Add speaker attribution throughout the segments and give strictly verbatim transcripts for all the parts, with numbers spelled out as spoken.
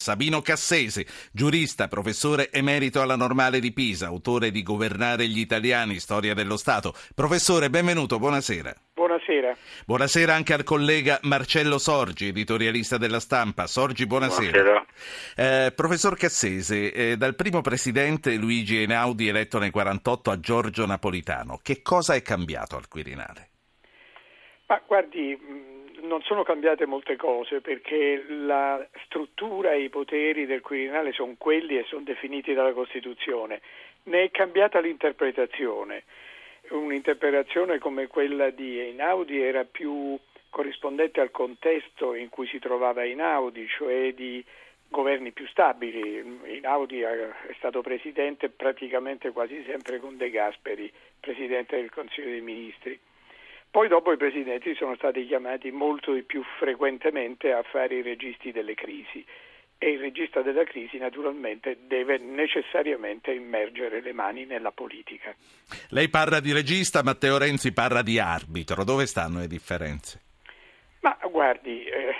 Speaker 1: Sabino Cassese, giurista, professore emerito alla Normale di Pisa, autore di Governare gli italiani, storia dello Stato. Professore, benvenuto, buonasera.
Speaker 2: Buonasera.
Speaker 1: Buonasera anche al collega Marcello Sorgi, editorialista della Stampa. Sorgi, buonasera.
Speaker 3: Buonasera.
Speaker 1: Eh, professor Cassese, eh, dal primo presidente Luigi Einaudi eletto nel quarantotto a Giorgio Napolitano, che cosa è cambiato al Quirinale?
Speaker 2: Ma guardi, non sono cambiate molte cose perché la struttura e i poteri del Quirinale sono quelli e sono definiti dalla Costituzione. Ne è cambiata l'interpretazione. Un'interpretazione come quella di Einaudi era più corrispondente al contesto in cui si trovava Einaudi, cioè di governi più stabili. Einaudi è stato presidente praticamente quasi sempre con De Gasperi, presidente del Consiglio dei Ministri. Poi dopo i presidenti sono stati chiamati molto di più frequentemente a fare i registi delle crisi e il regista della crisi naturalmente deve necessariamente immergere le mani nella politica.
Speaker 1: Lei parla di regista, Matteo Renzi parla di arbitro. Dove stanno le differenze?
Speaker 2: Ma guardi, eh,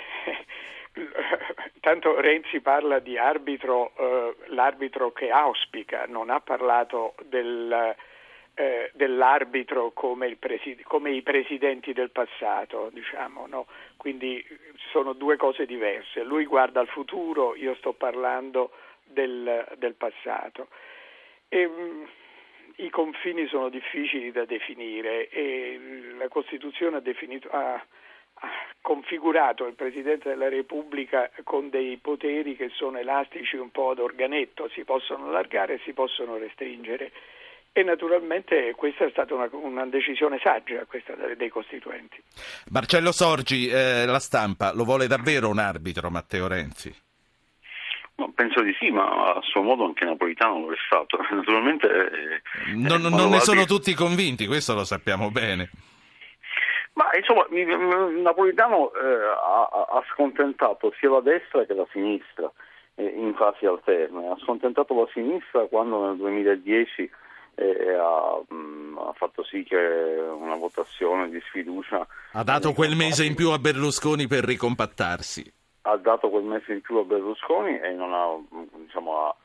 Speaker 2: tanto Renzi parla di arbitro, eh, l'arbitro che auspica, non ha parlato del... Eh, dell'arbitro come, il preside, come i presidenti del passato, diciamo, no? Quindi sono due cose diverse. Lui guarda al futuro, io sto parlando del, del passato. E, mh, i confini sono difficili da definire e la Costituzione ha, definito, ha, ha configurato il Presidente della Repubblica con dei poteri che sono elastici un po' ad organetto, si possono allargare e si possono restringere. E naturalmente questa è stata una, una decisione saggia, questa dei costituenti.
Speaker 1: Marcello Sorgi, eh, la Stampa, lo vuole davvero un arbitro Matteo Renzi?
Speaker 3: No, penso di sì, ma a suo modo anche Napolitano lo è stato. Naturalmente eh,
Speaker 1: non, non ne sono tutti convinti, questo lo sappiamo bene.
Speaker 3: Ma insomma, Napolitano eh, ha, ha scontentato sia la destra che la sinistra eh, in fasi alterne. Ha scontentato la sinistra quando nel duemiladieci E ha, mh, ha fatto sì che una votazione di sfiducia
Speaker 1: ha dato quel mese in più a Berlusconi per ricompattarsi,
Speaker 3: ha dato quel mese in più a Berlusconi e non ha, diciamo, ha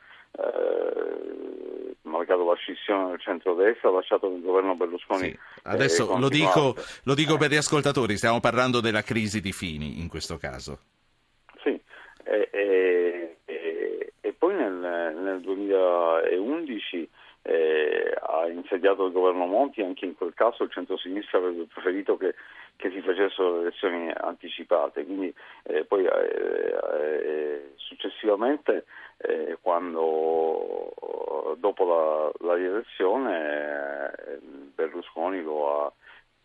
Speaker 3: eh, marcato la scissione del centrodestra, ha lasciato il governo Berlusconi.
Speaker 1: Sì. Adesso
Speaker 3: eh,
Speaker 1: lo dico, lo dico
Speaker 3: eh.
Speaker 1: per gli ascoltatori, stiamo parlando della crisi di Fini in questo caso.
Speaker 3: Sì, e, e, e, e poi nel, nel duemilaundici Eh, ha insediato il governo Monti. Anche in quel caso il centro-sinistra avrebbe preferito che, che si facessero le elezioni anticipate, quindi eh, poi eh, eh, successivamente eh, quando dopo la, la rielezione eh, Berlusconi lo ha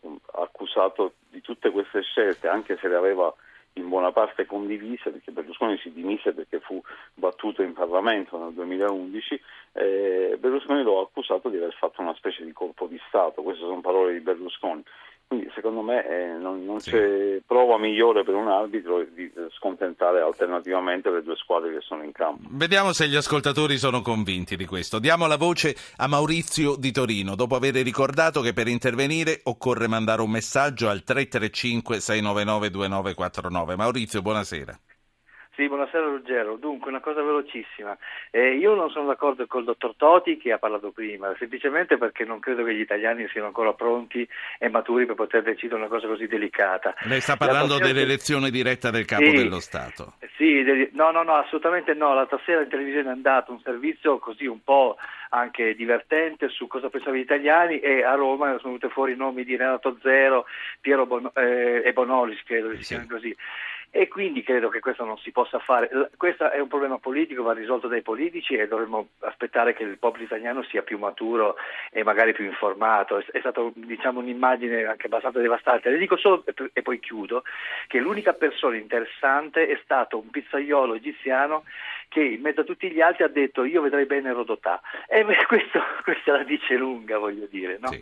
Speaker 3: accusato di tutte queste scelte, anche se le aveva in buona parte condivise, perché Berlusconi si dimise perché fu battuto in Parlamento nel duemilaundici. eh, Berlusconi lo ha accusato di aver fatto una specie di colpo di Stato, queste sono parole di Berlusconi. Quindi secondo me eh, non, non sì. c'è prova migliore per un arbitro di scontentare alternativamente le due squadre che sono in campo.
Speaker 1: Vediamo se gli ascoltatori sono convinti di questo. Diamo la voce a Maurizio di Torino, dopo aver ricordato che per intervenire occorre mandare un messaggio al tre tre cinque sei nove nove due nove quattro nove. Maurizio, buonasera.
Speaker 4: Sì, buonasera Ruggero. Dunque, una cosa velocissima. Eh, io non sono d'accordo col dottor Toti che ha parlato prima, semplicemente perché non credo che gli italiani siano ancora pronti e maturi per poter decidere una cosa così delicata.
Speaker 1: Lei sta parlando dell'elezione diretta del capo
Speaker 4: sì,
Speaker 1: dello Stato.
Speaker 4: Sì, no, no, no, assolutamente no. L'altra sera in televisione è andato un servizio così un po' anche divertente su cosa pensano gli italiani e a Roma sono venute fuori i nomi di Renato Zero, Piero Bon- eh, e Bonolis, credo che si chiami così. E quindi credo che questo non si possa fare. Questo è un problema politico, va risolto dai politici e dovremmo aspettare che il popolo italiano sia più maturo e magari più informato. È stata, diciamo, un'immagine anche abbastanza devastante. Le dico solo, e poi chiudo, che l'unica persona interessante è stato un pizzaiolo egiziano che in mezzo a tutti gli altri ha detto io vedrei bene Rodotà. E questo, questa la dice lunga, voglio dire, no? Sì.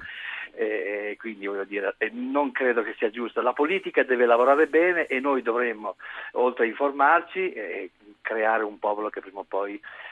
Speaker 4: E quindi voglio dire, non credo che sia giusto. La politica deve lavorare bene e noi dovremmo, oltre a informarci, eh, creare un popolo che prima o poi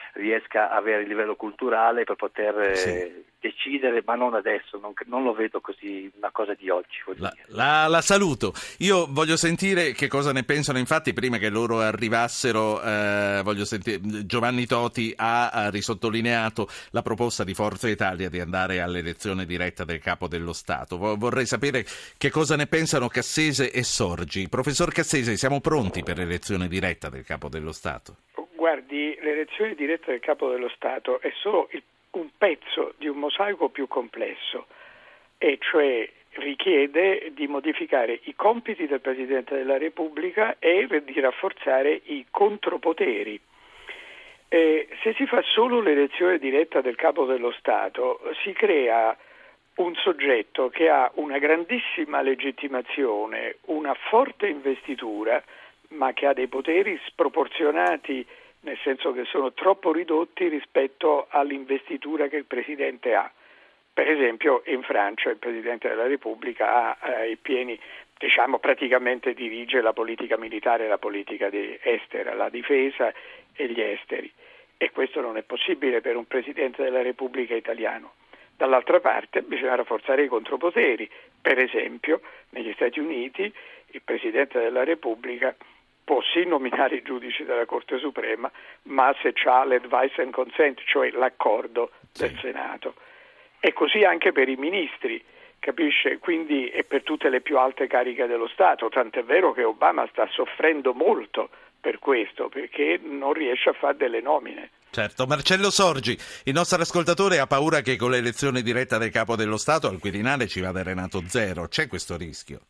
Speaker 4: riesca a avere il livello culturale per poter
Speaker 1: Sì.
Speaker 4: eh, decidere, ma non adesso, non, non lo vedo così una cosa di oggi.
Speaker 1: La, la, la saluto. Io voglio sentire che cosa ne pensano, infatti prima che loro arrivassero eh, voglio sentire, Giovanni Toti ha, ha risottolineato la proposta di Forza Italia di andare all'elezione diretta del Capo dello Stato. Vorrei sapere che cosa ne pensano Cassese e Sorgi. Professor Cassese, siamo pronti per l'elezione diretta del Capo dello Stato?
Speaker 2: Guardi, l'elezione diretta del Capo dello Stato è solo il, un pezzo di un mosaico più complesso, e cioè richiede di modificare i compiti del Presidente della Repubblica e di rafforzare i contropoteri. Eh, se si fa solo l'elezione diretta del Capo dello Stato, si crea un soggetto che ha una grandissima legittimazione, una forte investitura, ma che ha dei poteri sproporzionati, nel senso che sono troppo ridotti rispetto all'investitura che il Presidente ha. Per esempio in Francia il Presidente della Repubblica ha eh, i pieni, diciamo praticamente dirige la politica militare e la politica di estera, la difesa e gli esteri, e questo non è possibile per un Presidente della Repubblica italiano. Dall'altra parte bisogna rafforzare i contropoteri. Per esempio negli Stati Uniti il Presidente della Repubblica può sì nominare i giudici della Corte Suprema, ma se c'ha l'advice and consent, cioè l'accordo del
Speaker 1: Sì.
Speaker 2: Senato. E così anche per i ministri, capisce? Quindi e per tutte le più alte cariche dello Stato, tant'è vero che Obama sta soffrendo molto per questo, perché non riesce a fare delle nomine.
Speaker 1: Certo, Marcello Sorgi, il nostro ascoltatore ha paura che con l'elezione diretta del Capo dello Stato al Quirinale ci vada Renato Zero. C'è questo rischio?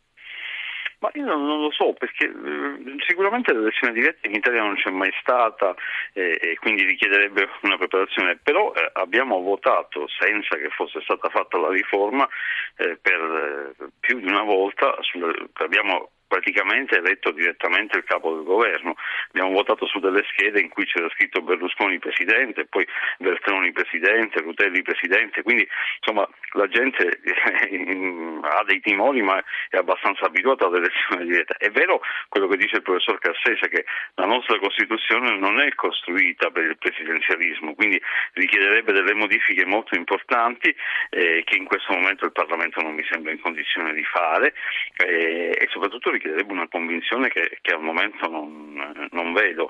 Speaker 3: Ma io non, non lo so, perché eh, sicuramente l'elezione diretta in Italia non c'è mai stata eh, e quindi richiederebbe una preparazione, però eh, abbiamo votato senza che fosse stata fatta la riforma eh, per eh, più di una volta, sul, abbiamo praticamente eletto direttamente il capo del governo. Abbiamo votato su delle schede in cui c'era scritto Berlusconi presidente, poi Veltroni presidente, Rutelli presidente, quindi insomma la gente eh, ha dei timori ma è abbastanza abituata all'elezione diretta. È vero quello che dice il professor Cassese, che la nostra Costituzione non è costruita per il presidenzialismo, quindi richiederebbe delle modifiche molto importanti eh, che in questo momento il Parlamento non mi sembra in condizione di fare eh, e soprattutto richiederebbe una convinzione che, che al momento non, non vedo.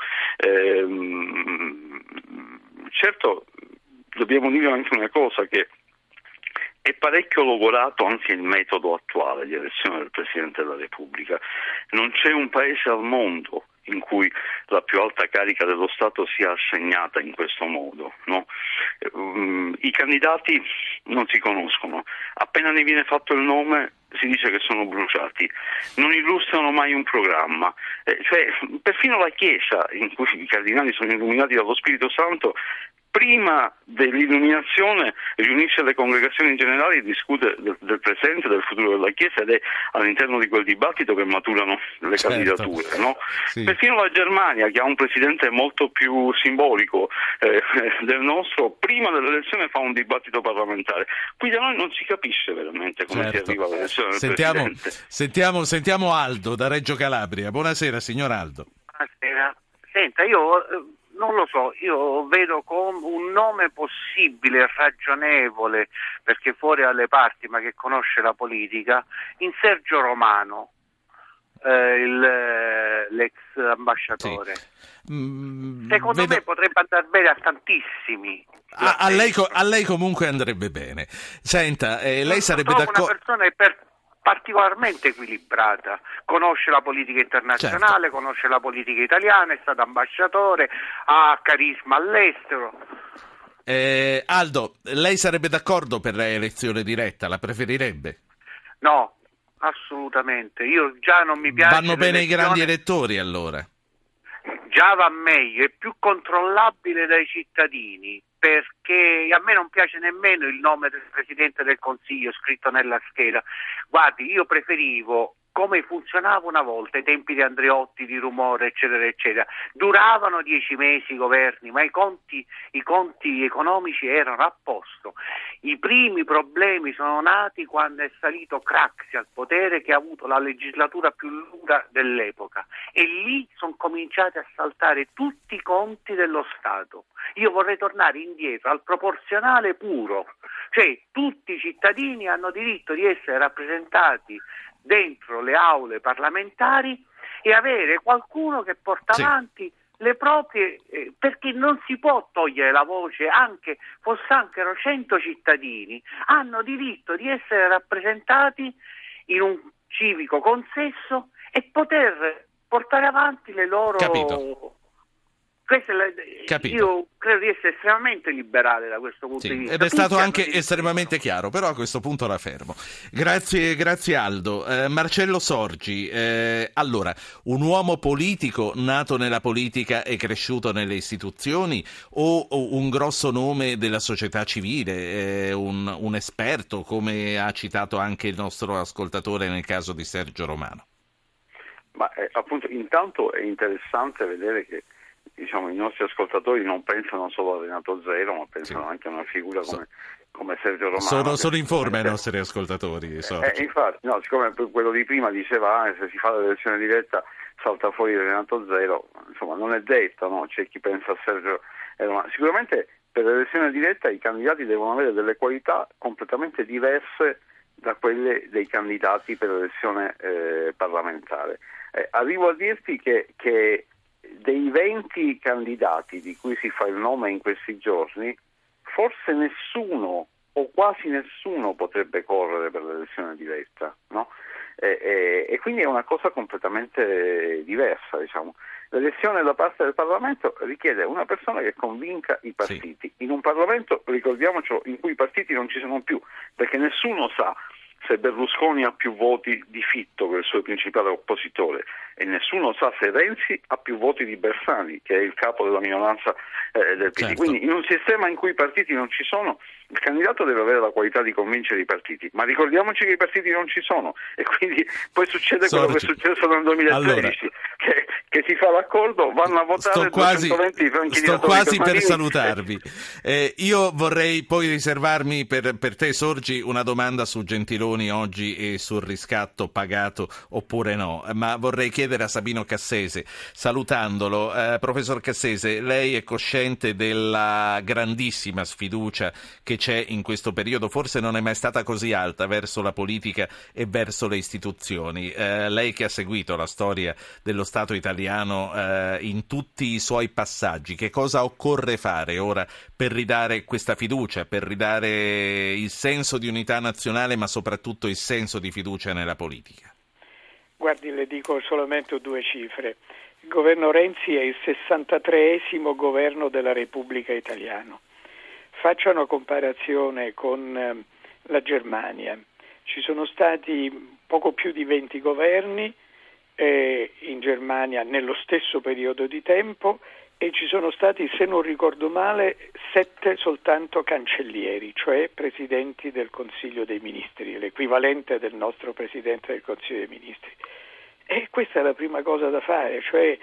Speaker 3: Ehm, certo, dobbiamo dire anche una cosa, che è parecchio logorato anche il metodo attuale di elezione del Presidente della Repubblica. Non c'è un paese al mondo in cui la più alta carica dello Stato sia assegnata in questo modo, no? Um, I candidati non si conoscono, appena ne viene fatto il nome si dice che sono bruciati, non illustrano mai un programma, eh, cioè perfino la Chiesa, in cui i cardinali sono illuminati dallo Spirito Santo, prima dell'illuminazione riunisce le congregazioni generali e discute del, del presente, del futuro della Chiesa, ed è all'interno di quel dibattito che maturano le
Speaker 1: certo.
Speaker 3: candidature, no?
Speaker 1: Sì.
Speaker 3: Perfino la Germania, che ha un presidente molto più simbolico eh, del nostro, prima dell'elezione fa un dibattito parlamentare. Qui da noi non si capisce veramente come
Speaker 1: certo.
Speaker 3: si arriva all'elezione del
Speaker 1: sentiamo,
Speaker 3: presidente.
Speaker 1: Sentiamo, sentiamo Aldo da Reggio Calabria. Buonasera signor Aldo.
Speaker 5: Buonasera. Senta, io eh, non lo so, io vedo come un nome possibile, ragionevole, perché fuori alle parti ma che conosce la politica, in Sergio Romano, eh, il, l'ex ambasciatore.
Speaker 1: Sì. Mm,
Speaker 5: Secondo
Speaker 1: vedo...
Speaker 5: me potrebbe andare bene a tantissimi.
Speaker 1: A, a, lei, a lei comunque andrebbe bene. Senta, eh, lei sarebbe
Speaker 5: Trovo
Speaker 1: d'accordo...
Speaker 5: una persona per... particolarmente equilibrata, conosce la politica internazionale, certo. Conosce la politica italiana, è stato ambasciatore, ha carisma all'estero.
Speaker 1: Eh, Aldo, lei sarebbe d'accordo per l'elezione diretta? La preferirebbe?
Speaker 5: No, assolutamente. Io già non mi piace.
Speaker 1: Vanno bene i grandi elettori allora?
Speaker 5: Già va meglio, è più controllabile dai cittadini, perché a me non piace nemmeno il nome del Presidente del Consiglio scritto nella scheda. Guardi, io preferivo come funzionava una volta, ai tempi di Andreotti, di Rumore, eccetera, eccetera. Duravano dieci mesi i governi, ma i conti, i conti economici erano a posto. I primi problemi sono nati quando è salito Craxi al potere, che ha avuto la legislatura più lunga dell'epoca, e lì sono cominciati a saltare tutti i conti dello Stato. Io vorrei tornare indietro al proporzionale puro, cioè tutti i cittadini hanno diritto di essere rappresentati dentro le aule parlamentari e avere qualcuno che porta sì. avanti le proprie, eh, perché non si può togliere la voce, anche fosse anche cento cittadini hanno diritto di essere rappresentati in un civico consesso e poter portare avanti le loro...
Speaker 1: Capito.
Speaker 5: Questo è la... Io credo di essere estremamente liberale da questo punto
Speaker 1: sì,
Speaker 5: di vista.
Speaker 1: Ed è
Speaker 5: Tutti
Speaker 1: stato anche
Speaker 5: diritto.
Speaker 1: estremamente chiaro, però a questo punto la fermo. Grazie, grazie Aldo. Eh, Marcello Sorgi, eh, allora, un uomo politico nato nella politica e cresciuto nelle istituzioni o, o un grosso nome della società civile, eh, un, un esperto, come ha citato anche il nostro ascoltatore nel caso di Sergio Romano?
Speaker 3: Ma eh, appunto, intanto è interessante vedere che diciamo i nostri ascoltatori non pensano solo a Renato Zero, ma pensano sì. anche a una figura come, come Sergio Romano.
Speaker 1: Sono, sono in forma i nostri ascoltatori.
Speaker 3: Eh, eh, infatti, no, siccome quello di prima diceva ah, se si fa l'elezione diretta salta fuori Renato Zero, insomma non è detto, no? C'è chi pensa a Sergio Romano. Sicuramente per l'elezione diretta i candidati devono avere delle qualità completamente diverse da quelle dei candidati per l'elezione eh, parlamentare. Eh, arrivo a dirti che, che dei venti candidati di cui si fa il nome in questi giorni, forse nessuno o quasi nessuno potrebbe correre per l'elezione diretta, no? E, e, e quindi è una cosa completamente diversa, diciamo. L'elezione da parte del Parlamento richiede una persona che convinca i partiti. Sì. In un Parlamento, ricordiamocelo, in cui i partiti non ci sono più, perché nessuno sa se Berlusconi ha più voti di Fitto, che è il suo principale oppositore, e nessuno sa se Renzi ha più voti di Bersani, che è il capo della minoranza eh, del P D. Certo. Quindi in un sistema in cui i partiti non ci sono, il candidato deve avere la qualità di convincere i partiti, ma ricordiamoci che i partiti non ci sono e quindi poi succede Sorgi. quello che è successo nel duemilatredici, allora, che, che si fa l'accordo, vanno a votare
Speaker 1: sto quasi,
Speaker 3: duecentoventi franchi
Speaker 1: sto
Speaker 3: di
Speaker 1: quasi
Speaker 3: per,
Speaker 1: per salutarvi. Eh, io vorrei poi riservarmi per, per te, Sorgi, una domanda su Gentiloni oggi e sul riscatto pagato oppure no, ma vorrei chiedere a Sabino Cassese, salutandolo, eh, professor Cassese, lei è cosciente della grandissima sfiducia che c'è in questo periodo, forse non è mai stata così alta verso la politica e verso le istituzioni. Eh, lei che ha seguito la storia dello Stato italiano eh, in tutti i suoi passaggi, che cosa occorre fare ora per ridare questa fiducia, per ridare il senso di unità nazionale, ma soprattutto il senso di fiducia nella politica?
Speaker 2: Guardi, le dico solamente due cifre. Il governo Renzi è il sessantatreesimo governo della Repubblica Italiana. Faccio una comparazione con eh, la Germania. Ci sono stati poco più di venti governi eh, in Germania nello stesso periodo di tempo e ci sono stati, se non ricordo male, sette soltanto cancellieri, cioè presidenti del Consiglio dei Ministri, l'equivalente del nostro presidente del Consiglio dei Ministri. E questa è la prima cosa da fare, cioè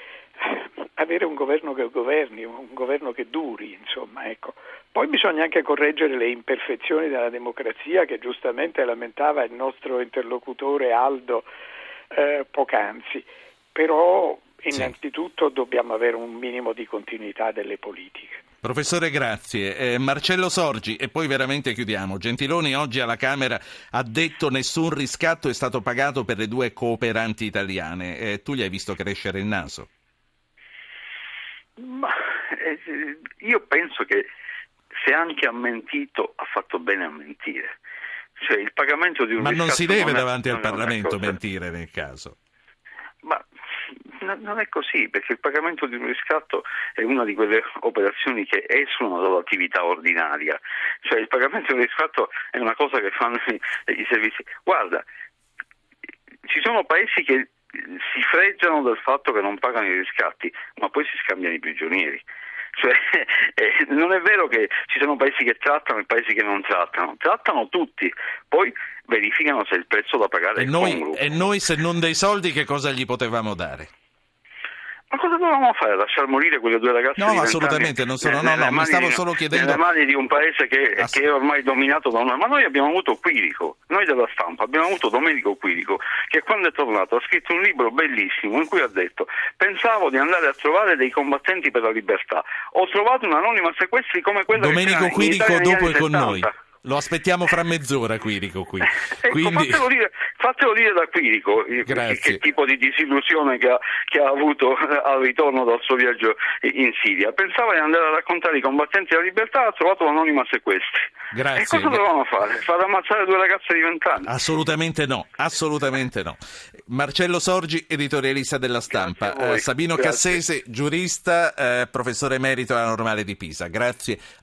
Speaker 2: avere un governo che governi, un governo che duri, insomma, ecco. Poi bisogna anche correggere le imperfezioni della democrazia che giustamente lamentava il nostro interlocutore Aldo eh, poc'anzi, però innanzitutto sì. dobbiamo avere un minimo di continuità delle politiche.
Speaker 1: Professore, grazie. Eh, Marcello Sorgi, e poi veramente chiudiamo. Gentiloni oggi alla Camera ha detto nessun riscatto è stato pagato per le due cooperanti italiane. Eh, tu gli hai visto crescere il naso?
Speaker 3: Ma eh, io penso che se anche ha mentito, ha fatto bene a mentire. Cioè il pagamento di un
Speaker 1: Ma
Speaker 3: riscatto
Speaker 1: non si deve
Speaker 3: non è,
Speaker 1: davanti al Parlamento
Speaker 3: cosa...
Speaker 1: mentire nel caso.
Speaker 3: Ma non è così, perché il pagamento di un riscatto è una di quelle operazioni che esulano dall'attività ordinaria, cioè il pagamento di un riscatto è una cosa che fanno i servizi. Guarda, ci sono paesi che si fregiano del fatto che non pagano i riscatti, ma poi si scambiano i prigionieri. Cioè, eh, non è vero che ci sono paesi che trattano e paesi che non trattano, trattano tutti, poi verificano se il prezzo da pagare
Speaker 1: e
Speaker 3: è
Speaker 1: noi,
Speaker 3: congruo.
Speaker 1: E noi se non dei soldi che cosa gli potevamo dare?
Speaker 3: Ma cosa dovevamo fare? Lasciar morire quelle due ragazze?
Speaker 1: No,
Speaker 3: di
Speaker 1: assolutamente, non sono, no, no, mi stavo
Speaker 3: di,
Speaker 1: solo chiedendo...
Speaker 3: Nelle mani di un paese che,
Speaker 1: Ass-
Speaker 3: che è ormai dominato da una... Ma noi abbiamo avuto Quirico, noi della Stampa, abbiamo avuto Domenico Quirico, che quando è tornato ha scritto un libro bellissimo in cui ha detto: pensavo di andare a trovare dei combattenti per la libertà, ho trovato un'anonima sequestri come quella
Speaker 1: Domenico
Speaker 3: che
Speaker 1: Quirico dopo è con noi.
Speaker 3: settanta.
Speaker 1: Lo aspettiamo fra mezz'ora, Quirico, qui.
Speaker 3: Ecco,
Speaker 1: Quindi...
Speaker 3: fatelo, dire, fatelo dire da Quirico che, che tipo di disillusione che ha, che ha avuto al ritorno dal suo viaggio in Siria. Pensava di andare a raccontare i combattenti della libertà, ha trovato l'anonima sequestri.
Speaker 1: Grazie.
Speaker 3: E cosa dovevamo fare? Far ammazzare due ragazze di vent'anni?
Speaker 1: Assolutamente no, assolutamente no. Marcello Sorgi, editorialista della Stampa, eh, Sabino
Speaker 3: Grazie.
Speaker 1: Cassese, giurista, eh, professore emerito alla Normale di Pisa. Grazie